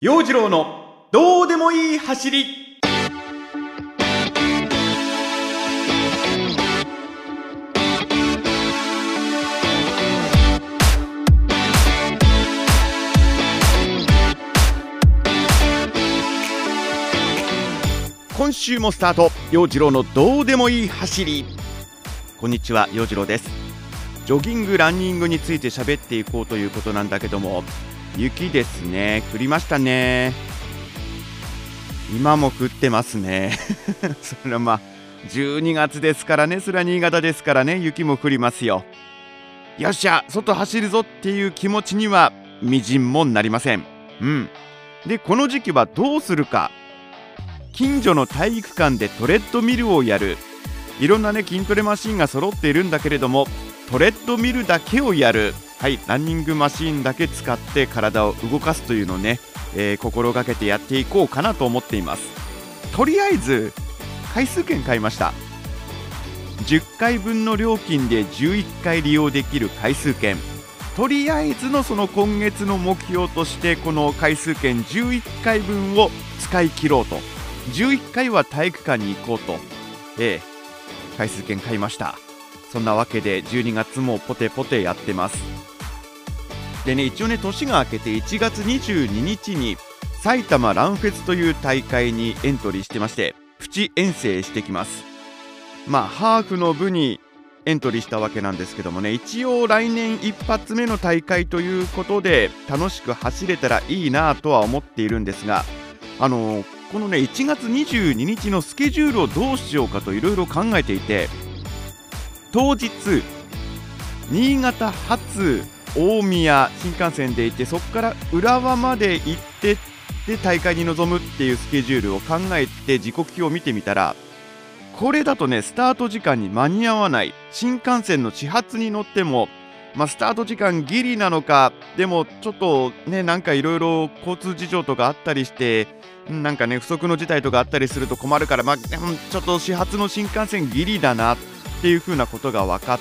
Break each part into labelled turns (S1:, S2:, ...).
S1: 陽次郎のどうでもいい走り。今週もスタート、陽次郎のどうでもいい走り。こんにちは、陽次郎です。ジョギングランニングについて喋っていこうということなんだけども、雪ですね。降りましたね。今も降ってますねそれはまあ12月ですからね。それは新潟ですからね、雪も降りますよ。よっしゃ、外走るぞっていう気持ちにはみじんもなりません。で、この時期はどうするか。近所の体育館でトレッドミルをやる。いろんなね、筋トレマシンが揃っているんだけれども、トレッドミルだけをやる。はい、ランニングマシーンだけ使って体を動かすというのをね、心がけてやっていこうかなと思っています。とりあえず回数券買いました。10回分の料金で11回利用できる回数券。とりあえずのその今月の目標として、この回数券11回分を使い切ろうと。11回は体育館に行こうと、回数券買いました。そんなわけで12月もポテポテやってます。でね、一応ね、年が明けて1月22日に埼玉ランフェスという大会にエントリーしてまして、プチ遠征してきます。ハーフの部にエントリーしたわけなんですけどもね、一応来年一発目の大会ということで楽しく走れたらいいなとは思っているんですが、このね、1月22日のスケジュールをどうしようかといろいろ考えていて、当日新潟発大宮新幹線で行って、そこから浦和まで行ってで大会に臨むっていうスケジュールを考えて時刻表を見てみたら、これだとね、スタート時間に間に合わない。新幹線の始発に乗っても、スタート時間ギリなのか、でもちょっとね、なんかいろいろ交通事情とかあったりして、なんかね、不測の事態とかあったりすると困るから、ちょっと始発の新幹線ギリだなっていう風なことが分かって、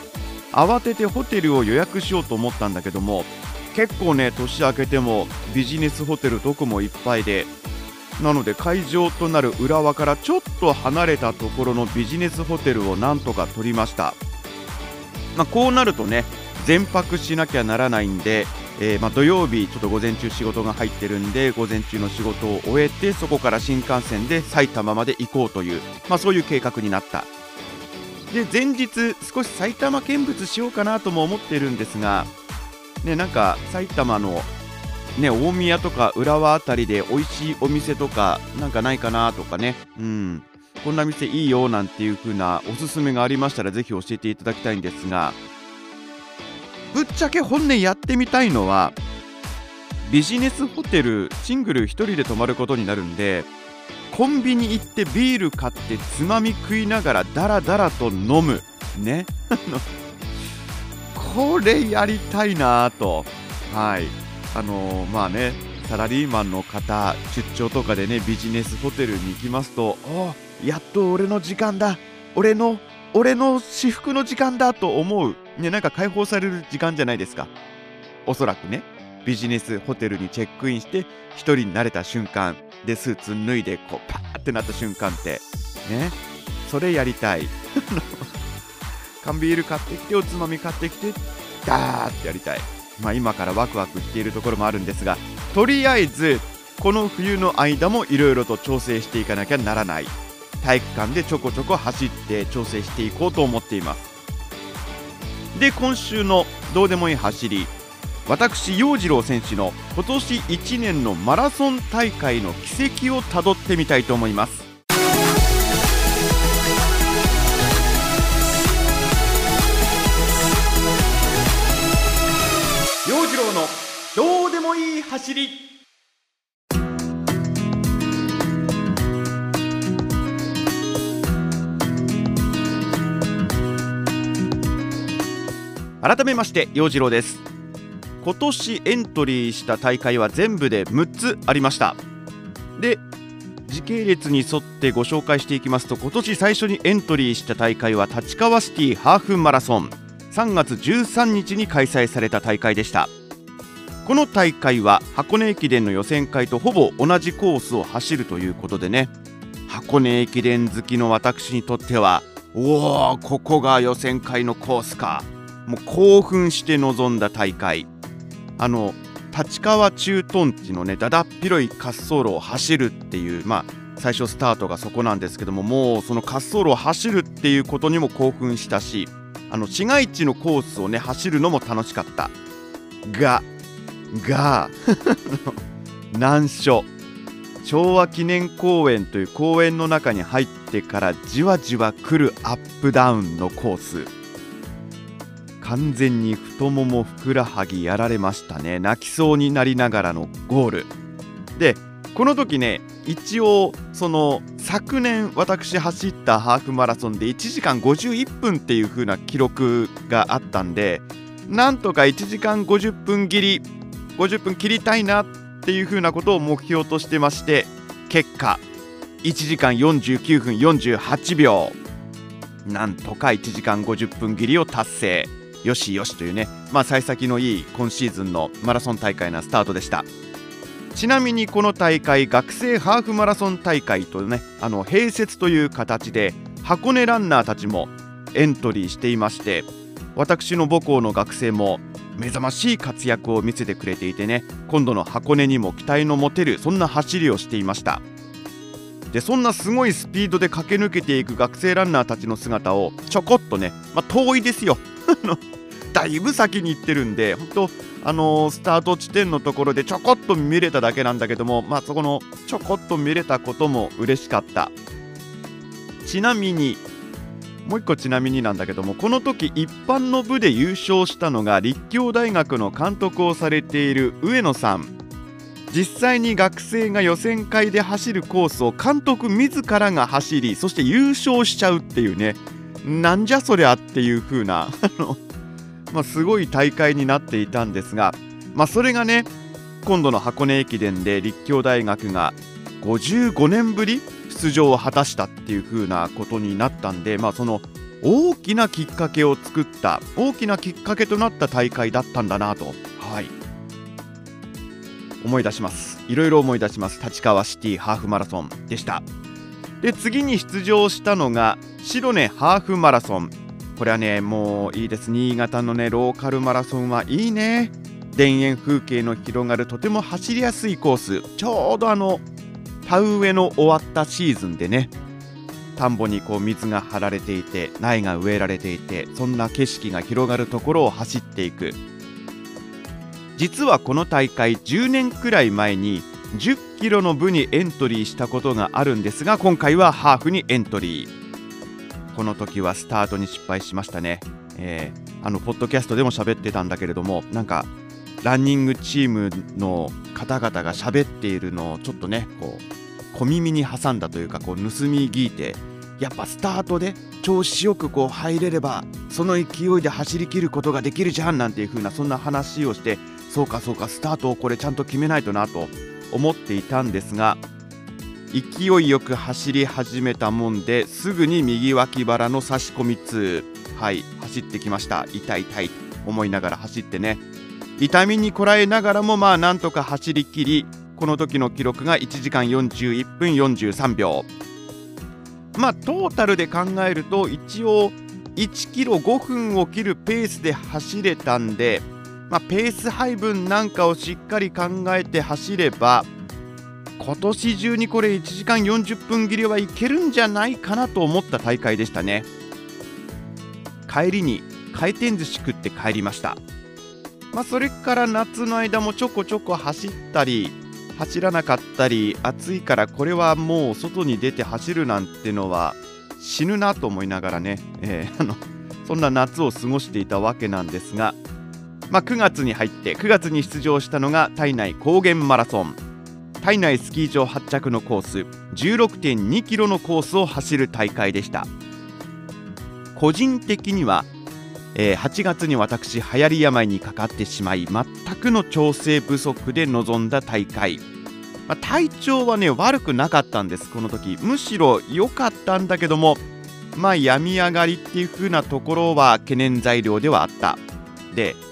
S1: 慌ててホテルを予約しようと思ったんだけども、結構ね、年明けてもビジネスホテルどこもいっぱいで、なので会場となる浦和からちょっと離れたところのビジネスホテルをなんとか取りました。こうなるとね、全泊しなきゃならないんで、土曜日ちょっと午前中仕事が入ってるんで、午前中の仕事を終えて、そこから新幹線で埼玉まで行こうという、そういう計画になった。で、前日少し埼玉見物しようかなとも思っているんですが、なんか埼玉の、大宮とか浦和あたりで美味しいお店とかなんかないかなとかね、こんな店いいよなんていう風なおすすめがありましたら、ぜひ教えていただきたいんですが、ぶっちゃけ本音やってみたいのは、ビジネスホテルシングル1人で泊まることになるんで、コンビニ行ってビール買ってつまみ食いながらダラダラと飲むねこれやりたいなと。サラリーマンの方、出張とかでね、ビジネスホテルに行きますと、やっと俺の時間だ、俺の至福の時間だと思う、なんか解放される時間じゃないですか。おそらくね、ビジネスホテルにチェックインして一人になれた瞬間で、スーツ脱いでこうパーってなった瞬間ってね、それやりたい缶ビール買ってきて、おつまみ買ってきて、ダーってやりたい。今からワクワクしているところもあるんですが、とりあえずこの冬の間もいろいろと調整していかなきゃならない。体育館でちょこちょこ走って調整していこうと思っています。で、今週のどうでもいい走り、私陽次郎選手の今年1年のマラソン大会の軌跡をたどってみたいと思います。陽次郎のどうでもいい走り。改めまして陽次郎です。今年エントリーした大会は全部で6つありました。で、時系列に沿ってご紹介していきますと、今年最初にエントリーした大会は立川シティハーフマラソン、3月13日に開催された大会でした。 この大会は箱根駅伝の予選会とほぼ同じコースを走るということでね、箱根駅伝好きの私にとっては、おお、ここが予選会のコースか、もう興奮して臨んだ大会。立川駐屯地のね、だだっ広い滑走路を走るっていう、最初スタートがそこなんですけども、もうその滑走路を走るっていうことにも興奮したし、市街地のコースをね走るのも楽しかった。が難所、昭和記念公園という公園の中に入ってからじわじわ来るアップダウンのコース、完全に太ももふくらはぎやられましたね。泣きそうになりながらのゴールで、この時ね、一応その昨年私走ったハーフマラソンで1時間51分っていう風な記録があったんで、なんとか1時間50分切りたいなっていう風なことを目標としてまして、結果1時間49分48秒、なんとか1時間50分切りを達成。よしよしというね、幸先のいい今シーズンのマラソン大会なスタートでした。ちなみにこの大会、学生ハーフマラソン大会とね、併設という形で箱根ランナーたちもエントリーしていまして、私の母校の学生も目覚ましい活躍を見せてくれていてね、今度の箱根にも期待の持てる、そんな走りをしていました。で、そんなすごいスピードで駆け抜けていく学生ランナーたちの姿をちょこっとね、遠いですよだいぶ先に行ってるんで、本当スタート地点のところでちょこっと見れただけなんだけども、そこのちょこっと見れたことも嬉しかった。ちなみにもう一個ちなみになんだけども、この時一般の部で優勝したのが立教大学の監督をされている上野さん。実際に学生が予選会で走るコースを監督自らが走り、そして優勝しちゃうっていうね、なんじゃそりゃっていう風なすごい大会になっていたんですが、それがね、今度の箱根駅伝で立教大学が55年ぶり出場を果たしたっていう風なことになったんで、その大きなきっかけを作った、大きなきっかけとなった大会だったんだなと、思い出します。いろいろ思い出します。立川シティハーフマラソンでした。で、次に出場したのが白根ハーフマラソン。これはね、もういいです。新潟のね、ローカルマラソンはいいね。田園風景の広がるとても走りやすいコース。ちょうど田植えの終わったシーズンでね、田んぼにこう水が張られていて、苗が植えられていて、そんな景色が広がるところを走っていく。実はこの大会10年くらい前に10キロの部にエントリーしたことがあるんですが、今回はハーフにエントリー。この時はスタートに失敗しましたね。ポッドキャストでも喋ってたんだけれども、なんかランニングチームの方々が喋っているのをちょっとね、こう小耳に挟んだというか、こう盗み聞いて、やっぱスタートで調子よくこう入れればその勢いで走り切ることができるじゃんなんていう風な、そんな話をして、そうかそうか、スタートをこれちゃんと決めないとなと思っていたんですが、勢いよく走り始めたもんで、すぐに右脇腹の差し込み痛、走ってきました。痛い痛いと思いながら走ってね、痛みにこらえながらもなんとか走り切り、この時の記録が1時間41分43秒。トータルで考えると一応1キロ5分を切るペースで走れたんで、ペース配分なんかをしっかり考えて走れば、今年中にこれ1時間40分切りはいけるんじゃないかなと思った大会でしたね。帰りに回転寿司食って帰りました。それから夏の間もちょこちょこ走ったり走らなかったり、暑いからこれはもう外に出て走るなんてのは死ぬなと思いながらね、そんな夏を過ごしていたわけなんですが、9月に入って9月に出場したのが胎内高原マラソン。胎内スキー場発着のコース 16.2 キロのコースを走る大会でした。個人的には、8月に私流行り病にかかってしまい、全くの調整不足で臨んだ大会。体調はね悪くなかったんです。この時むしろ良かったんだけども、病み上がりっていう風なところは懸念材料ではあった。で、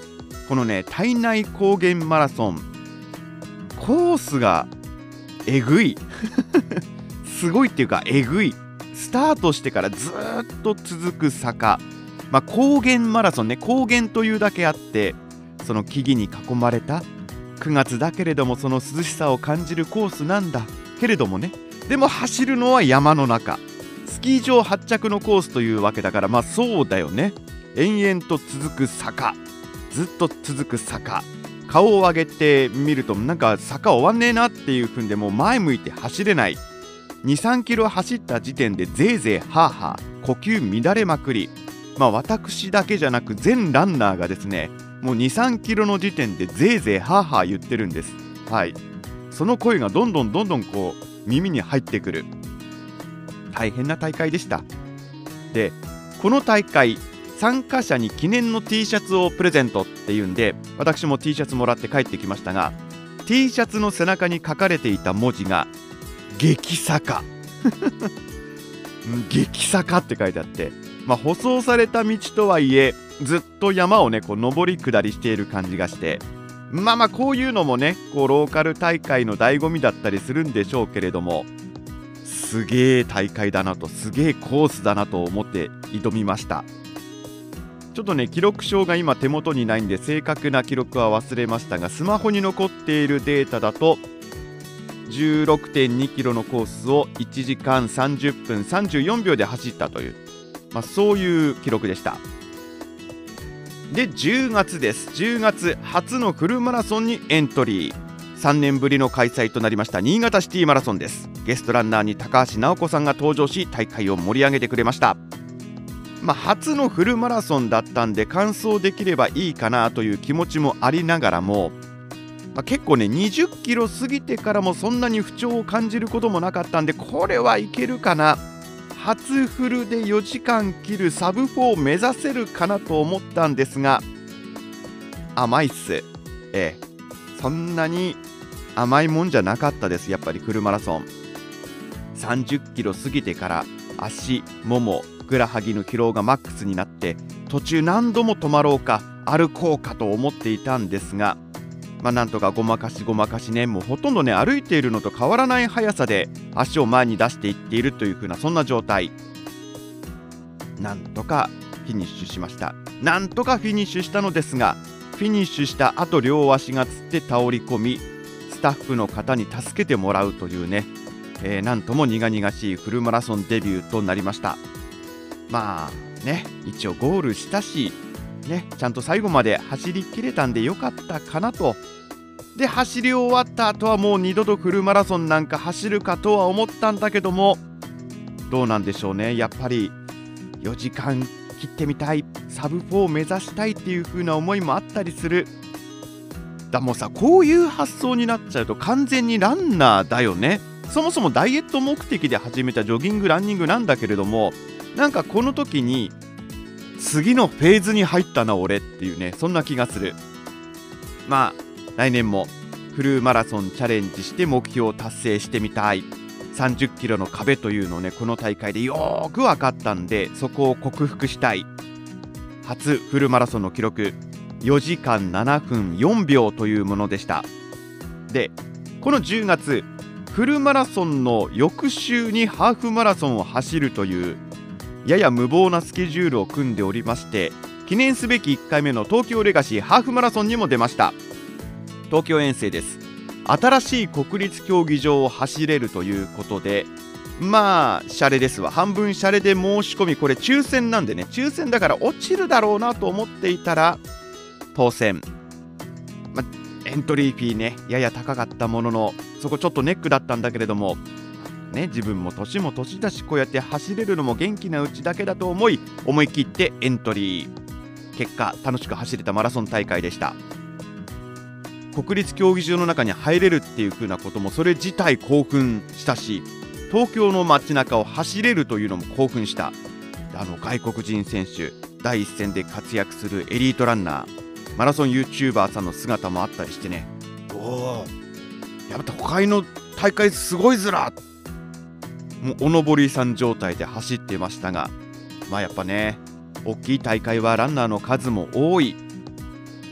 S1: このね体内高原マラソンコースがえぐいすごいっていうかえぐい。スタートしてからずーっと続く坂、高原マラソンね、高原というだけあってその木々に囲まれた9月だけれどもその涼しさを感じるコースなんだけれどもね、でも走るのは山の中、スキー場発着のコースというわけだから、そうだよね。延々と続く坂、ずっと続く坂、顔を上げてみるとなんか坂終わんねえなっていう風でもう前向いて走れない。 2,3 キロ走った時点でぜいぜいハーハー呼吸乱れまくり、私だけじゃなく全ランナーがですねもう 2,3 キロの時点でぜいぜいハーハー言ってるんです。はい、その声がどんどんこう耳に入ってくる大変な大会でした。でこの大会参加者に記念の T シャツをプレゼントっていうんで私も T シャツもらって帰ってきましたが、 T シャツの背中に書かれていた文字が激坂激坂って書いてあって、舗装された道とはいえずっと山をねこう上り下りしている感じがして、こういうのもねこうローカル大会の醍醐味だったりするんでしょうけれども、すげえ大会だなと、すげえコースだなと思って挑みました。ちょっとね記録帳が今手元にないんで正確な記録は忘れましたが、スマホに残っているデータだと 16.2 キロのコースを1時間30分34秒で走ったという、そういう記録でした。で10月です。10月初のフルマラソンにエントリー、3年ぶりの開催となりました新潟シティマラソンです。ゲストランナーに高橋尚子さんが登場し大会を盛り上げてくれました。初のフルマラソンだったんで完走できればいいかなという気持ちもありながらも、結構ね20キロ過ぎてからもそんなに不調を感じることもなかったんで、これはいけるかな、初フルで4時間切るサブ4目指せるかなと思ったんですが、甘いっす。そんなに甘いもんじゃなかったです。やっぱりフルマラソン30キロ過ぎてから足ももふくらはぎの疲労がマックスになって途中何度も止まろうか歩こうかと思っていたんですが、なんとかごまかしね、もうほとんどね歩いているのと変わらない速さで足を前に出していっているという風なそんな状態。なんとかフィニッシュしました。なんとかフィニッシュしたのですが、フィニッシュした後両足がつって倒れ込みスタッフの方に助けてもらうというね、なんとも苦々しいフルマラソンデビューとなりました。一応ゴールしたしちゃんと最後まで走りきれたんでよかったかなと。で走り終わった後はもう二度とフルマラソンなんか走るかとは思ったんだけども、どうなんでしょうね。やっぱり4時間切ってみたい、サブ4を目指したいっていう風な思いもあったりする。もうさ、こういう発想になっちゃうと完全にランナーだよね。そもそもダイエット目的で始めたジョギングランニングなんだけれども、なんかこの時に次のフェーズに入ったな俺っていうね、そんな気がする。来年もフルマラソンチャレンジして目標を達成してみたい。30キロの壁というのをねこの大会でよーく分かったんで、そこを克服したい。初フルマラソンの記録4時間7分4秒というものでした。でこの10月フルマラソンの翌週にハーフマラソンを走るというやや無謀なスケジュールを組んでおりまして、記念すべき1回目の東京レガシーハーフマラソンにも出ました。東京遠征です。新しい国立競技場を走れるということで、シャレですわ。半分シャレで申し込み、これ抽選なんでね、抽選だから落ちるだろうなと思っていたら当選。エントリーフィーねやや高かったものの、そこちょっとネックだったんだけれども自分も年も年だし、こうやって走れるのも元気なうちだけだと思い切ってエントリー。結果楽しく走れたマラソン大会でした。国立競技場の中に入れるっていう風なこともそれ自体興奮したし、東京の街中を走れるというのも興奮した。外国人選手、第一線で活躍するエリートランナー、マラソン YouTuber さんの姿もあったりしてね、やっぱ都会の大会すごいずら、もうおのぼりさん状態で走ってましたが、やっぱね大きい大会はランナーの数も多い。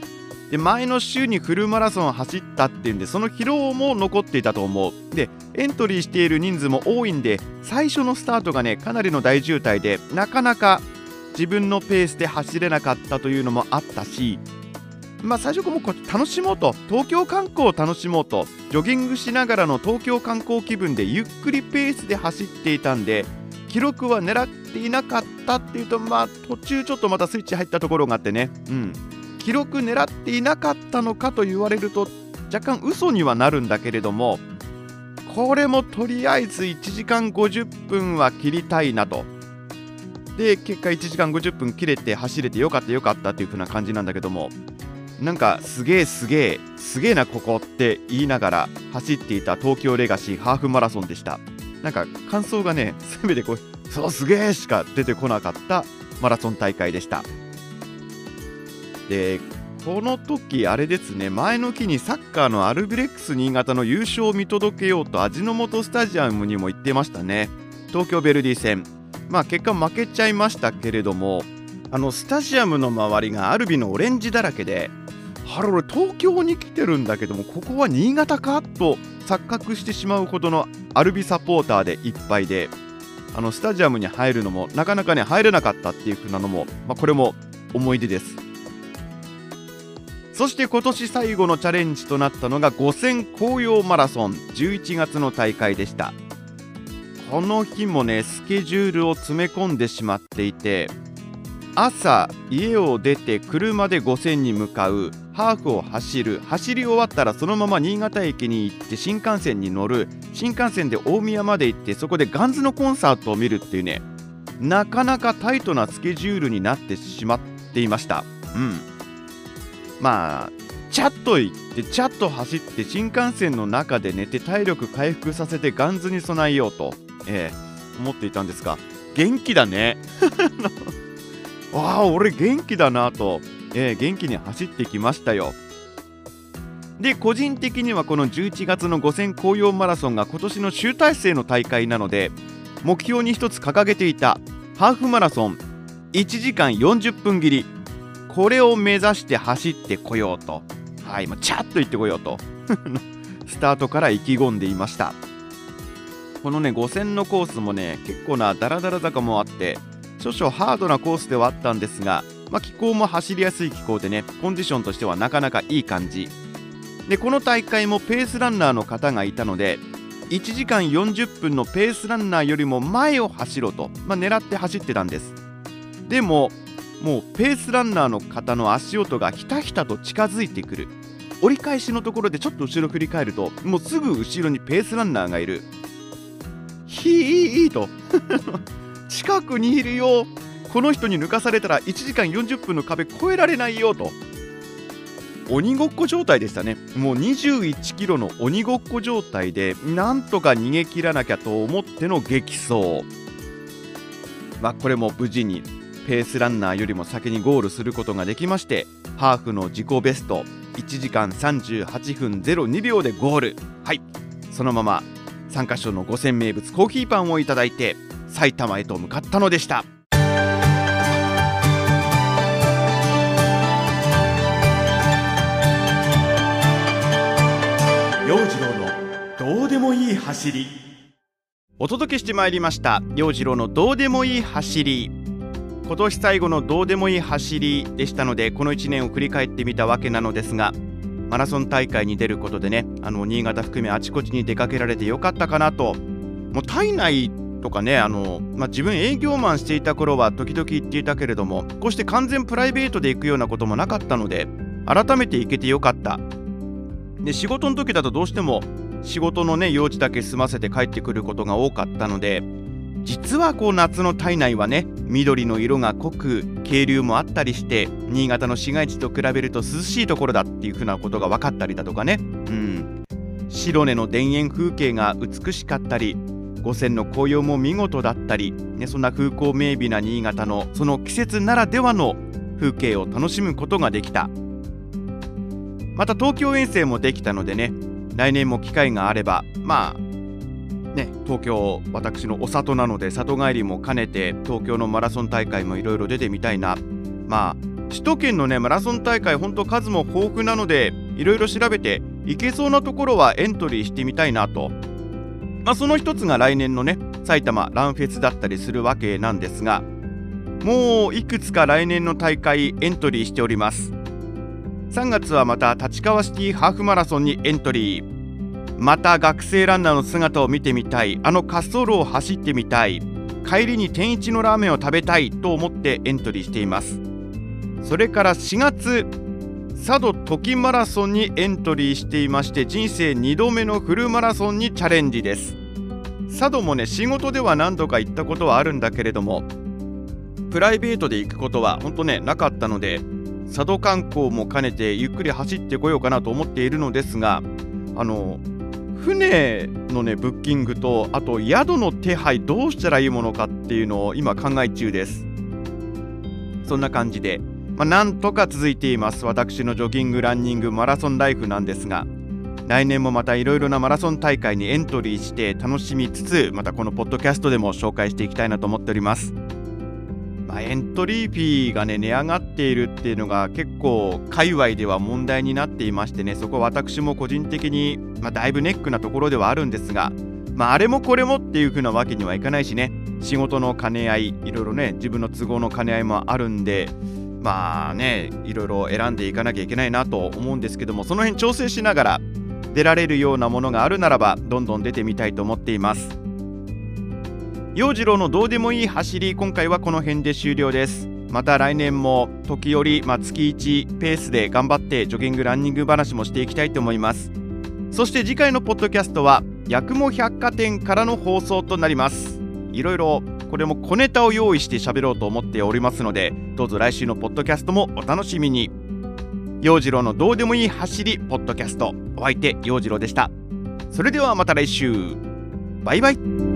S1: で前の週にフルマラソンを走ったっていうんで、その疲労も残っていたと思う。でエントリーしている人数も多いんで、最初のスタートがねかなりの大渋滞で、なかなか自分のペースで走れなかったというのもあったし、最初も楽しもうと、東京観光を楽しもうと、ジョギングしながらの東京観光気分でゆっくりペースで走っていたんで、記録は狙っていなかったっていうと、途中ちょっとまたスイッチ入ったところがあってね、記録狙っていなかったのかと言われると若干嘘にはなるんだけれども、これもとりあえず1時間50分は切りたいなと。で結果1時間50分切れて走れてよかったよかったっていう風な感じなんだけども、なんかすげえなここって言いながら走っていた東京レガシーハーフマラソンでした。なんか感想がね全てそうすげえしか出てこなかったマラソン大会でした。でこの時あれですね、前の日にサッカーのアルビレックス新潟の優勝を見届けようと味の素スタジアムにも行ってましたね。東京ヴェルディ戦、結果負けちゃいましたけれども、スタジアムの周りがアルビのオレンジだらけで、俺東京に来てるんだけどもここは新潟かと錯覚してしまうほどのアルビサポーターでいっぱいで、スタジアムに入るのもなかなかね入れなかったっていう風なのも、これも思い出です。そして今年最後のチャレンジとなったのが5000紅葉マラソン11月の大会でした。この日もねスケジュールを詰め込んでしまっていて、朝家を出て車で5000に向かう、ハーフを走り終わったらそのまま新潟駅に行って新幹線に乗る、新幹線で大宮まで行ってそこでガンズのコンサートを見るっていうね、なかなかタイトなスケジュールになってしまっていました。チャッと行ってチャッと走って新幹線の中で寝て体力回復させてガンズに備えようと、思っていたんですが、元気だね俺元気だなと、元気に走ってきましたよ。で個人的にはこの11月の5000紅葉マラソンが今年の集大成の大会なので、目標に一つ掲げていたハーフマラソン1時間40分切り、これを目指して走ってこようと、チャッと行ってこようとスタートから意気込んでいました。このね5000のコースもね結構なダラダラ坂もあって、少々ハードなコースではあったんですが、気候も走りやすい気候でね、コンディションとしてはなかなかいい感じで、この大会もペースランナーの方がいたので1時間40分のペースランナーよりも前を走ろうと、狙って走ってたんです。でももうペースランナーの方の足音がひたひたと近づいてくる。折り返しのところでちょっと後ろ振り返ると、もうすぐ後ろにペースランナーがいる。ひーと近くにいるよ、この人に抜かされたら1時間40分の壁越えられないよと、鬼ごっこ状態でしたね。もう21キロの鬼ごっこ状態で、なんとか逃げ切らなきゃと思っての激走。これも無事にペースランナーよりも先にゴールすることができまして、ハーフの自己ベスト1時間38分02秒でゴール。そのまま参加賞の5000名物コーヒーパンをいただいて埼玉へと向かったのでした。陽次郎のどうでもいい走り、お届けしてまいりました陽次郎のどうでもいい走り。今年最後のどうでもいい走りでしたので、この1年を振り返ってみたわけなのですが、マラソン大会に出ることでね、新潟含めあちこちに出かけられてよかったかなと。もう体内とかね、自分営業マンしていた頃は時々行っていたけれども、こうして完全プライベートで行くようなこともなかったので、改めて行けてよかった。で仕事の時だとどうしても仕事のね用事だけ済ませて帰ってくることが多かったので、実は夏の体内はね緑の色が濃く渓流もあったりして、新潟の市街地と比べると涼しいところだっていうふうなことが分かったりだとかね、白根の田園風景が美しかったり、5000の紅葉も見事だったり、そんな風光明媚な新潟のその季節ならではの風景を楽しむことができた。また東京遠征もできたのでね、来年も機会があれば東京、私のお里なので里帰りも兼ねて東京のマラソン大会もいろいろ出てみたいな。 首都圏のねマラソン大会本当数も豊富なので、いろいろ調べていけそうなところはエントリーしてみたいなと。その一つが来年のね埼玉ランフェスだったりするわけなんですが、もういくつか来年の大会エントリーしております。3月はまた立川シティハーフマラソンにエントリー。また学生ランナーの姿を見てみたい、滑走路を走ってみたい、帰りに天一のラーメンを食べたいと思ってエントリーしています。それから4月、佐渡トキマラソンにエントリーしていまして、人生2度目のフルマラソンにチャレンジです。佐渡もね仕事では何度か行ったことはあるんだけれども、プライベートで行くことは本当ねなかったので、佐渡観光も兼ねてゆっくり走ってこようかなと思っているのですが、船のねブッキングと、あと宿の手配どうしたらいいものかっていうのを今考え中です。そんな感じで、なんとか続いています私のジョギングランニングマラソンライフなんですが、来年もまたいろいろなマラソン大会にエントリーして楽しみつつ、またこのポッドキャストでも紹介していきたいなと思っております。エントリーフィーがね値上がっているっていうのが結構界隈では問題になっていましてね、そこは私も個人的に、だいぶネックなところではあるんですが、あれもこれもっていう風なわけにはいかないしね、仕事の兼ね合い、いろいろね自分の都合の兼ね合いもあるんで、いろいろ選んでいかなきゃいけないなと思うんですけども、その辺調整しながら出られるようなものがあるならばどんどん出てみたいと思っています。陽次郎のどうでもいい走り、今回はこの辺で終了です。また来年も時折、月1ペースで頑張ってジョギングランニング話もしていきたいと思います。そして次回のポッドキャストは八雲百貨店からの放送となります。いろいろこれも小ネタを用意して喋ろうと思っておりますので、どうぞ来週のポッドキャストもお楽しみに。陽次郎のどうでもいい走りポッドキャスト、お相手陽次郎でした。それではまた来週、バイバイ。